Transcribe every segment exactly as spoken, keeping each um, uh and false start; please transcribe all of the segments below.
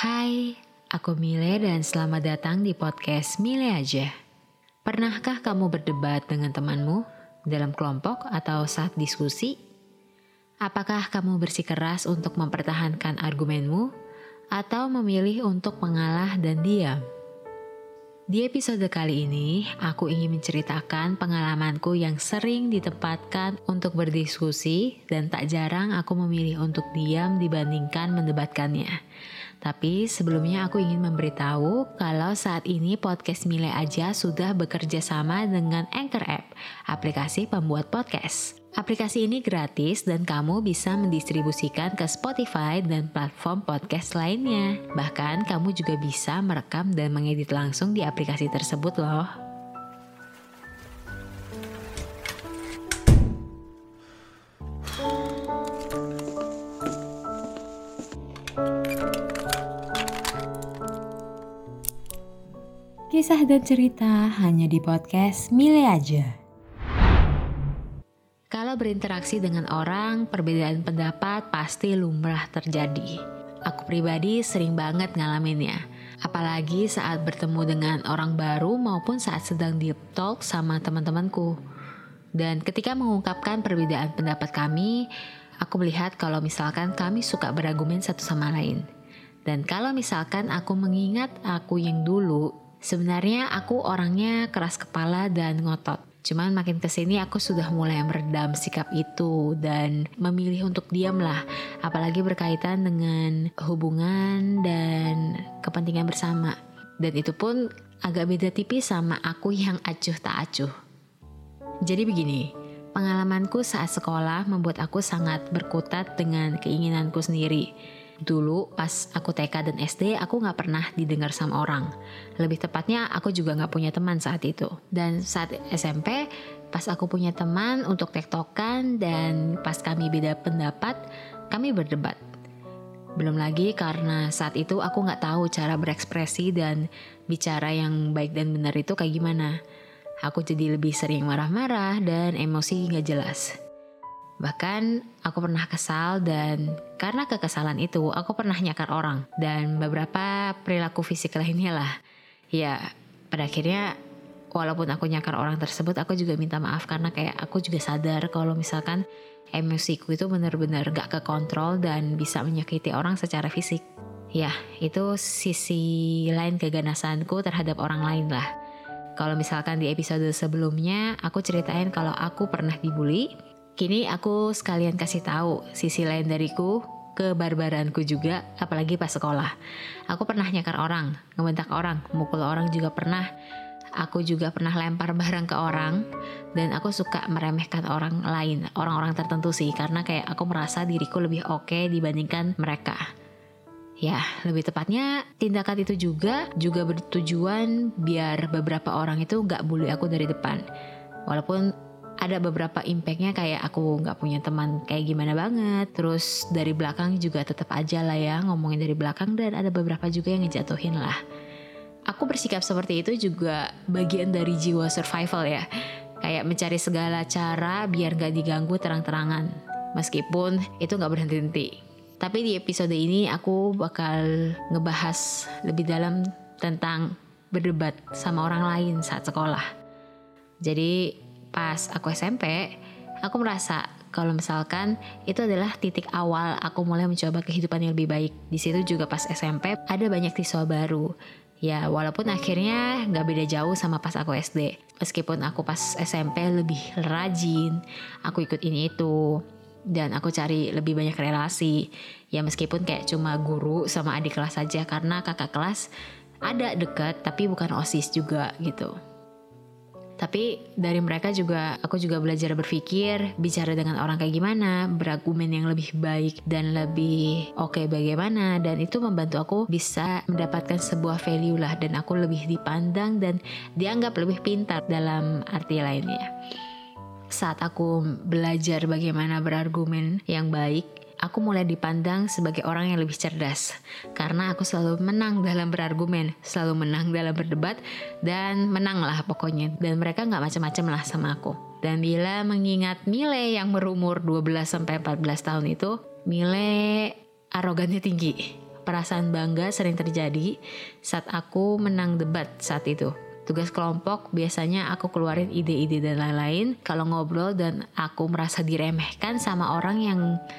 Hai, aku Mile dan selamat datang di podcast Mile Aja. Pernahkah kamu berdebat dengan temanmu dalam kelompok atau saat diskusi? Apakah kamu bersikeras untuk mempertahankan argumenmu atau memilih untuk mengalah dan diam? Di episode kali ini, aku ingin menceritakan pengalamanku yang sering ditempatkan untuk berdiskusi dan tak jarang aku memilih untuk diam dibandingkan mendebatkannya. Tapi sebelumnya aku ingin memberitahu kalau saat ini podcast Mile Aja sudah bekerja sama dengan Anchor App, aplikasi pembuat podcast. Aplikasi ini gratis dan kamu bisa mendistribusikan ke Spotify dan platform podcast lainnya. Bahkan kamu juga bisa merekam dan mengedit langsung di aplikasi tersebut loh. Kisah dan cerita hanya di podcast Mile Aja. Kalau berinteraksi dengan orang, perbedaan pendapat pasti lumrah terjadi. Aku pribadi sering banget ngalaminnya. Apalagi saat bertemu dengan orang baru maupun saat sedang deep talk sama teman-temanku. Dan ketika mengungkapkan perbedaan pendapat kami, aku melihat kalau misalkan kami suka berargumen satu sama lain. Dan kalau misalkan aku mengingat aku yang dulu, sebenarnya aku orangnya keras kepala dan ngotot. Cuman makin kesini aku sudah mulai meredam sikap itu dan memilih untuk diam lah. Apalagi berkaitan dengan hubungan dan kepentingan bersama. Dan itu pun agak beda tipis sama aku yang acuh tak acuh. Jadi begini, pengalamanku saat sekolah membuat aku sangat berkutat dengan keinginanku sendiri. Dulu pas aku T K dan S D aku gak pernah didengar sama orang. Lebih tepatnya aku juga gak punya teman saat itu. Dan saat S M P pas aku punya teman untuk tektokan dan pas kami beda pendapat, kami berdebat. Belum lagi karena saat itu aku gak tahu cara berekspresi dan bicara yang baik dan benar itu kayak gimana. Aku jadi lebih sering marah-marah dan emosi gak jelas. Bahkan aku pernah kesal dan karena kekesalan itu aku pernah nyakar orang dan beberapa perilaku fisik lainnya lah. Ya pada akhirnya walaupun aku nyakar orang tersebut aku juga minta maaf karena kayak aku juga sadar kalau misalkan emosiku itu benar-benar gak kekontrol dan bisa menyakiti orang secara fisik. Ya itu sisi lain keganasanku terhadap orang lain lah. Kalau misalkan di episode sebelumnya aku ceritain kalau aku pernah dibully. Kini aku sekalian kasih tahu sisi lain dariku, kebarbaranku juga, apalagi pas sekolah. Aku pernah nyakar orang, ngebentak orang, mukul orang juga pernah. Aku juga pernah lempar barang ke orang dan aku suka meremehkan orang lain, orang-orang tertentu sih, karena kayak aku merasa diriku lebih oke dibandingkan mereka. Ya, lebih tepatnya tindakan itu juga juga bertujuan biar beberapa orang itu gak bully aku dari depan. Walaupun ada beberapa impactnya kayak aku gak punya teman kayak gimana banget. Terus dari belakang juga tetap aja lah ya ngomongin dari belakang. Dan ada beberapa juga yang ngejatuhin lah. Aku bersikap seperti itu juga bagian dari jiwa survival ya. Kayak mencari segala cara biar gak diganggu terang-terangan. Meskipun itu gak berhenti-henti. Tapi di episode ini aku bakal ngebahas lebih dalam tentang berdebat sama orang lain saat sekolah. Jadi pas aku S M P, aku merasa kalau misalkan itu adalah titik awal aku mulai mencoba kehidupan yang lebih baik. Di situ juga pas S M P ada banyak siswa baru. Ya walaupun akhirnya gak beda jauh sama pas aku S D. Meskipun aku pas S M P lebih rajin, aku ikut ini itu. Dan aku cari lebih banyak relasi. Ya meskipun kayak cuma guru sama adik kelas saja. Karena kakak kelas ada dekat tapi bukan OSIS juga gitu. Tapi dari mereka juga aku juga belajar berpikir, bicara dengan orang kayak gimana, berargumen yang lebih baik dan lebih oke okay bagaimana. Dan itu membantu aku bisa mendapatkan sebuah value lah. Dan aku lebih dipandang dan dianggap lebih pintar dalam arti lainnya. Saat aku belajar bagaimana berargumen yang baik, aku mulai dipandang sebagai orang yang lebih cerdas. Karena aku selalu menang dalam berargumen, selalu menang dalam berdebat, dan menang lah pokoknya. Dan mereka gak macam-macam lah sama aku. Dan bila mengingat Mile yang berumur dua belas sampai empat belas tahun itu, Mile arogannya tinggi. perasaan bangga sering terjadi saat aku menang debat saat itu. Tugas kelompok biasanya aku keluarin ide-ide dan lain-lain. Kalau ngobrol dan aku merasa diremehkan sama orang yang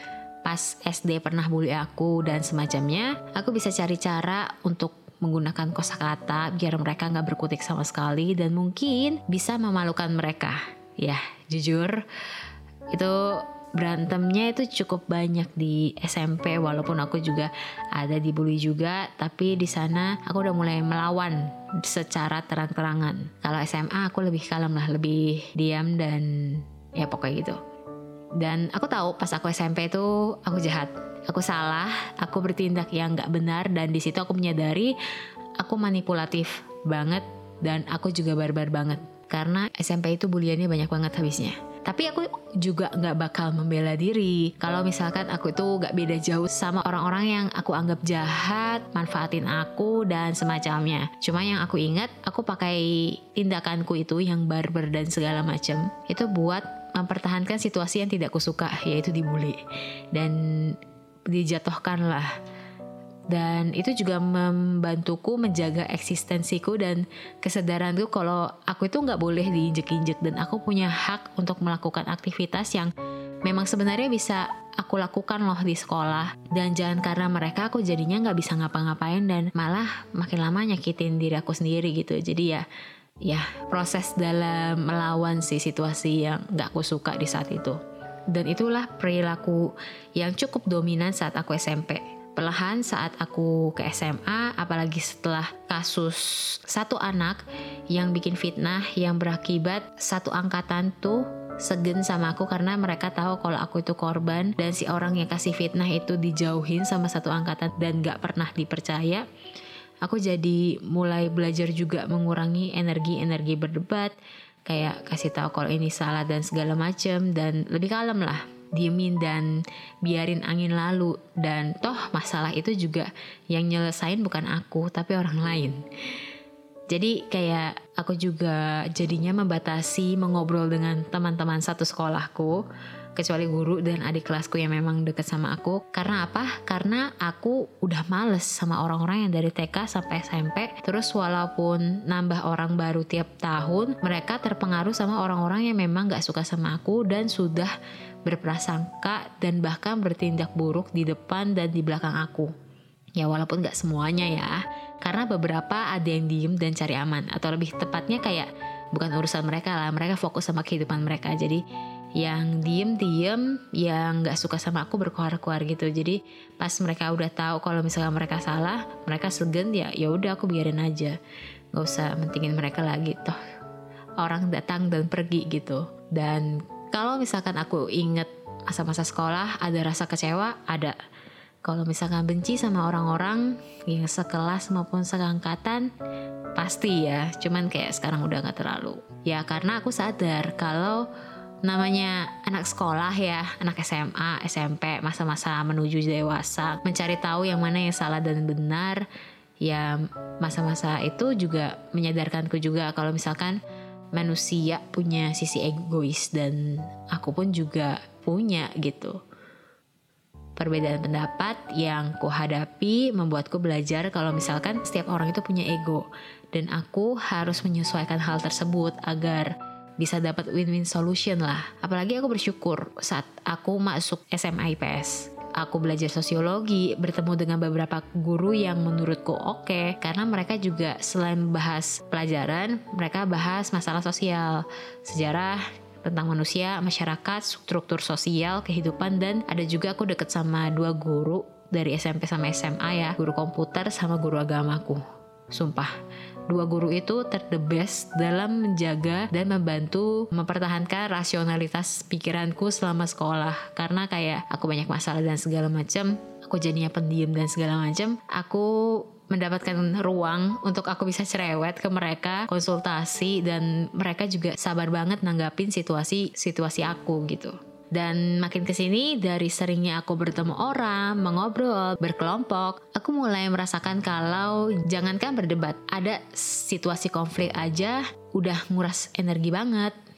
pas S D pernah bully aku dan semacamnya, aku bisa cari cara untuk menggunakan kosakata biar mereka gak berkutik sama sekali dan mungkin bisa memalukan mereka. Ya, jujur itu berantemnya itu cukup banyak di S M P, walaupun aku juga ada dibully juga, tapi di sana aku udah mulai melawan secara terang-terangan. Kalau S M A aku lebih kalem lah, lebih diam dan ya pokoknya gitu. Dan aku tahu pas aku S M P itu aku jahat, aku salah, aku bertindak yang gak benar, dan di situ aku menyadari aku manipulatif banget dan aku juga barbar banget. Karena S M P itu buliannya banyak banget habisnya. Tapi aku juga gak bakal membela diri kalau misalkan aku itu gak beda jauh sama orang-orang yang aku anggap jahat, manfaatin aku dan semacamnya. Cuma yang aku ingat, aku pakai tindakanku itu yang barbar dan segala macam itu buat mempertahankan situasi yang tidak kusuka, yaitu dibully dan dijatuhkan lah. Dan itu juga membantuku menjaga eksistensiku dan kesadaranku kalau aku itu gak boleh diinjek-injek dan aku punya hak untuk melakukan aktivitas yang memang sebenarnya bisa aku lakukan loh di sekolah. Dan jangan karena mereka aku jadinya gak bisa ngapa-ngapain dan malah makin lama nyakitin diri aku sendiri gitu. Jadi ya ya proses dalam melawan si situasi yang gak aku suka di saat itu. Dan itulah perilaku yang cukup dominan saat aku S M P. Perlahan saat aku ke S M A, apalagi setelah kasus satu anak yang bikin fitnah yang berakibat satu angkatan tuh segen sama aku karena mereka tahu kalau aku itu korban dan si orang yang kasih fitnah itu dijauhin sama satu angkatan dan gak pernah dipercaya. Aku jadi mulai belajar juga mengurangi energi-energi berdebat, kayak kasih tahu kalau ini salah dan segala macem, dan lebih kalem lah. Diemin dan biarin angin lalu, dan toh masalah itu juga yang nyelesain bukan aku tapi orang lain. Jadi kayak aku juga jadinya membatasi mengobrol dengan teman-teman satu sekolahku, kecuali guru dan adik kelasku yang memang deket sama aku. Karena apa? Karena aku udah males sama orang-orang yang dari T K sampai S M P. Terus walaupun nambah orang baru tiap tahun, mereka terpengaruh sama orang-orang yang memang gak suka sama aku dan sudah berprasangka dan bahkan bertindak buruk di depan dan di belakang aku. Ya walaupun gak semuanya ya, karena beberapa ada yang diem dan cari aman, atau lebih tepatnya kayak bukan urusan mereka lah, mereka fokus sama kehidupan mereka. Jadi yang diem-diem, yang gak suka sama aku berkoar-koar gitu. Jadi pas mereka udah tahu kalau misalnya mereka salah, mereka segen, ya ya udah aku biarin aja, gak usah mentingin mereka lagi, toh orang datang dan pergi gitu. Dan kalau misalkan aku inget masa-masa sekolah, ada rasa kecewa, ada. Kalau misalkan benci sama orang-orang yang sekelas maupun seangkatan, pasti ya. Cuman kayak sekarang udah gak terlalu. Ya karena aku sadar kalau namanya anak sekolah ya, anak S M A, S M P, masa-masa menuju dewasa, mencari tahu yang mana yang salah dan benar. Ya masa-masa itu juga menyadarkanku juga kalau misalkan manusia punya sisi egois dan aku pun juga punya gitu. Perbedaan pendapat yang kuhadapi membuatku belajar kalau misalkan setiap orang itu punya ego dan aku harus menyesuaikan hal tersebut agar bisa dapat win-win solution lah. Apalagi aku bersyukur saat aku masuk S M A I P S. Aku belajar sosiologi, bertemu dengan beberapa guru yang menurutku oke, karena mereka juga selain bahas pelajaran, mereka bahas masalah sosial, sejarah, tentang manusia, masyarakat, struktur sosial, kehidupan, dan ada juga aku deket sama dua guru dari S M P sama S M A ya, guru komputer sama guru agamaku. Sumpah, dua guru itu ter the best dalam menjaga dan membantu mempertahankan rasionalitas pikiranku selama sekolah. Karena kayak aku banyak masalah dan segala macam, aku jadinya pendiam dan segala macam, aku mendapatkan ruang untuk aku bisa cerewet ke mereka, konsultasi, dan mereka juga sabar banget nanggapin situasi-situasi aku gitu. Dan makin kesini dari seringnya aku bertemu orang, mengobrol, berkelompok, aku mulai merasakan kalau jangankan berdebat, ada situasi konflik aja udah nguras energi banget.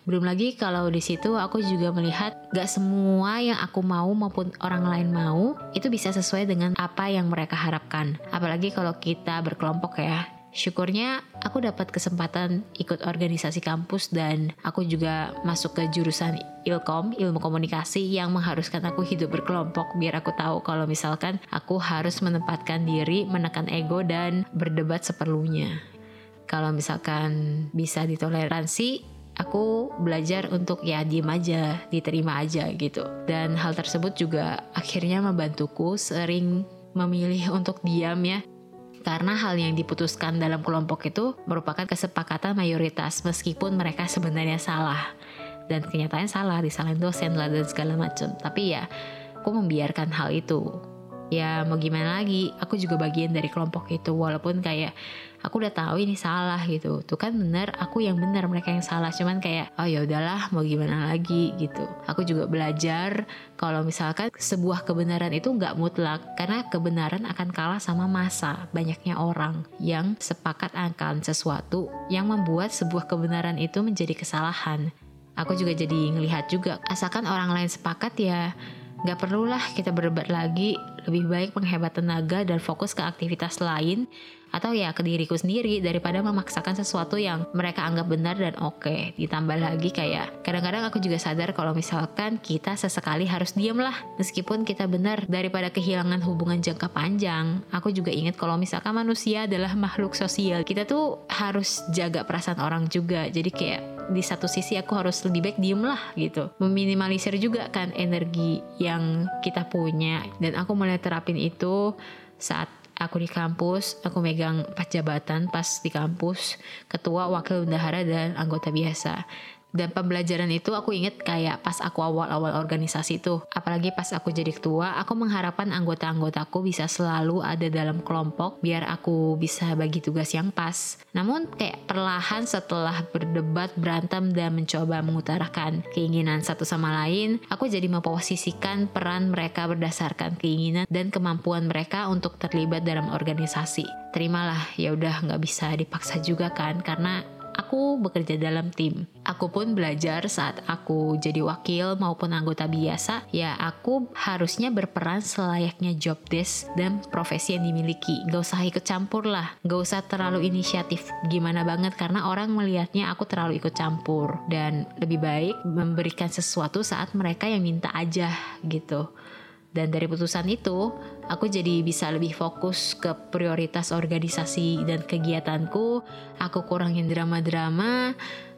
Belum lagi kalau di situ aku juga melihat gak semua yang aku mau maupun orang lain mau itu bisa sesuai dengan apa yang mereka harapkan. Apalagi kalau kita berkelompok ya. Syukurnya aku dapat kesempatan ikut organisasi kampus dan aku juga masuk ke jurusan Ilkom, ilmu komunikasi, yang mengharuskan aku hidup berkelompok biar aku tahu kalau misalkan aku harus menempatkan diri, menekan ego dan berdebat seperlunya. Kalau misalkan bisa ditoleransi, aku belajar untuk ya diem aja, diterima aja gitu. Dan hal tersebut juga akhirnya membantuku sering memilih untuk diam ya. Karena hal yang diputuskan dalam kelompok itu merupakan kesepakatan mayoritas meskipun mereka sebenarnya salah. Dan kenyataannya salah, disalahin dosen lah dan segala macam. Tapi ya aku membiarkan hal itu. Ya mau gimana lagi, aku juga bagian dari kelompok itu. Walaupun kayak aku udah tahu ini salah gitu. Tuh kan benar, aku yang benar, mereka yang salah. Cuman kayak oh ya udahlah, mau gimana lagi gitu. Aku juga belajar kalau misalkan sebuah kebenaran itu nggak mutlak, karena kebenaran akan kalah sama massa, banyaknya orang yang sepakat akan sesuatu yang membuat sebuah kebenaran itu menjadi kesalahan. Aku juga jadi ngelihat juga, asalkan orang lain sepakat ya gak perlulah kita berdebat lagi. Lebih baik menghemat tenaga dan fokus ke aktivitas lain, atau ya ke diriku sendiri, daripada memaksakan sesuatu yang mereka anggap benar dan oke. Ditambah lagi kayak kadang-kadang aku juga sadar kalau misalkan kita sesekali harus diam lah meskipun kita benar, daripada kehilangan hubungan jangka panjang. Aku juga ingat kalau misalkan manusia adalah makhluk sosial, kita tuh harus jaga perasaan orang juga. Jadi kayak di satu sisi aku harus lebih baik diem lah gitu, meminimalisir juga kan energi yang kita punya. Dan aku mulai terapin itu saat aku di kampus. Aku megang empat jabatan pas di kampus: ketua, wakil bendahara, dan anggota biasa. Dan pembelajaran itu aku inget kayak pas aku awal-awal organisasi tuh, apalagi pas aku jadi ketua, aku mengharapkan anggota-anggotaku bisa selalu ada dalam kelompok biar aku bisa bagi tugas yang pas. Namun kayak perlahan setelah berdebat, berantem, dan mencoba mengutarakan keinginan satu sama lain, aku jadi memposisikan peran mereka berdasarkan keinginan dan kemampuan mereka untuk terlibat dalam organisasi. Terimalah, ya udah nggak bisa dipaksa juga kan, karena aku bekerja dalam tim. Aku pun belajar saat aku jadi wakil maupun anggota biasa, ya aku harusnya berperan selayaknya job desk dan profesi yang dimiliki. Gak usah ikut campur lah, gak usah terlalu inisiatif gimana banget, karena orang melihatnya aku terlalu ikut campur. Dan lebih baik memberikan sesuatu saat mereka yang minta aja gitu. Dan dari putusan itu, aku jadi bisa lebih fokus ke prioritas organisasi dan kegiatanku. Aku kurangin drama-drama,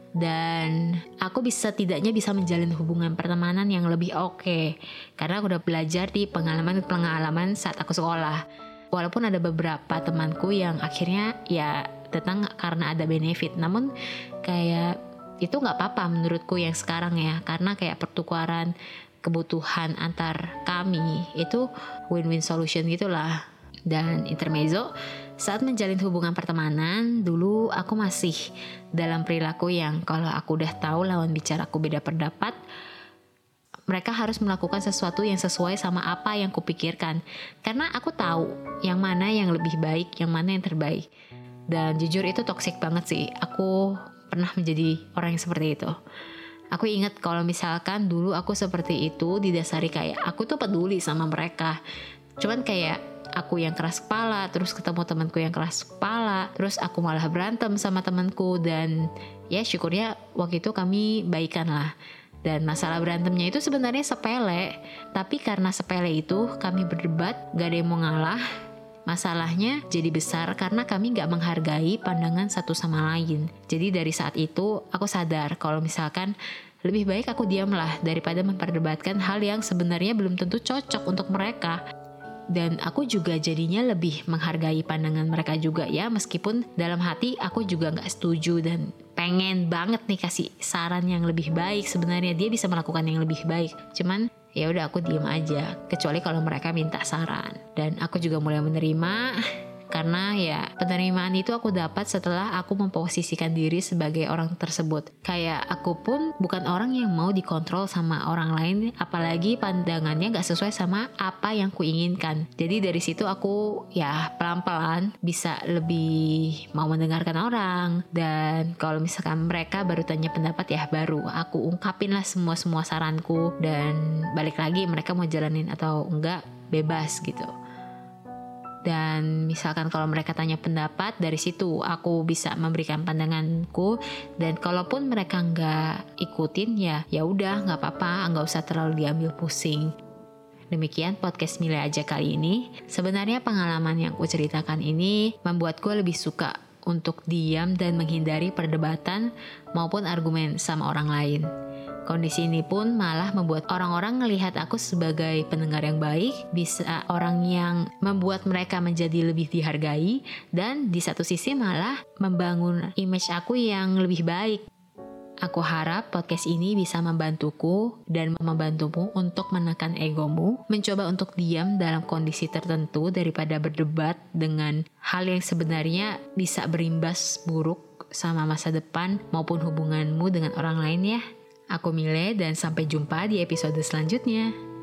dan aku bisa tidaknya bisa menjalin hubungan pertemanan yang lebih oke. Karena aku udah belajar di pengalaman-pengalaman saat aku sekolah. Walaupun ada beberapa temanku yang akhirnya ya datang karena ada benefit, namun kayak itu gak apa-apa menurutku yang sekarang ya. Karena kayak pertukaran kebutuhan antar kami itu win-win solution gitulah. Dan intermezzo, saat menjalin hubungan pertemanan, dulu aku masih dalam perilaku yang kalau aku udah tahu lawan bicaraku beda pendapat, mereka harus melakukan sesuatu yang sesuai sama apa yang kupikirkan. Karena aku tahu yang mana yang lebih baik, yang mana yang terbaik. Dan jujur itu toxic banget sih. Aku pernah menjadi orang yang seperti itu. Aku ingat kalau misalkan dulu aku seperti itu didasari kayak aku tuh peduli sama mereka. Cuman kayak aku yang keras kepala, terus ketemu temanku yang keras kepala, terus aku malah berantem sama temanku. Dan ya syukurnya waktu itu kami baikan lah. Dan masalah berantemnya itu sebenarnya sepele, tapi karena sepele itu kami berdebat, gak ada yang mau ngalah. Masalahnya jadi besar karena kami gak menghargai pandangan satu sama lain. Jadi dari saat itu aku sadar kalau misalkan lebih baik aku diamlah daripada memperdebatkan hal yang sebenarnya belum tentu cocok untuk mereka. Dan aku juga jadinya lebih menghargai pandangan mereka juga ya, meskipun dalam hati aku juga gak setuju dan pengen banget nih kasih saran yang lebih baik. Sebenarnya dia bisa melakukan yang lebih baik, cuman ya udah aku diam aja, kecuali kalau mereka minta saran. Dan aku juga mulai menerima karena ya penerimaan itu aku dapat setelah aku memposisikan diri sebagai orang tersebut. Kayak aku pun bukan orang yang mau dikontrol sama orang lain, apalagi pandangannya gak sesuai sama apa yang kuinginkan. Jadi dari situ aku ya pelan-pelan bisa lebih mau mendengarkan orang, dan kalau misalkan mereka baru tanya pendapat ya baru aku ungkapin lah semua-semua saranku, dan balik lagi mereka mau jalanin atau enggak bebas gitu. Dan misalkan kalau mereka tanya pendapat, dari situ aku bisa memberikan pandanganku, dan kalaupun mereka nggak ikutin ya ya udah nggak apa-apa, nggak usah terlalu diambil pusing. Demikian podcast Milih Aja kali ini. Sebenarnya pengalaman yang aku ceritakan ini membuat gue lebih suka untuk diam dan menghindari perdebatan maupun argumen sama orang lain. Kondisi ini pun malah membuat orang-orang melihat aku sebagai pendengar yang baik, bisa orang yang membuat mereka menjadi lebih dihargai, dan di satu sisi malah membangun image aku yang lebih baik. Aku harap podcast ini bisa membantuku dan membantumu untuk menekan egomu, mencoba untuk diam dalam kondisi tertentu daripada berdebat dengan hal yang sebenarnya bisa berimbas buruk sama masa depan maupun hubunganmu dengan orang lain ya. Aku Mile, dan sampai jumpa di episode selanjutnya.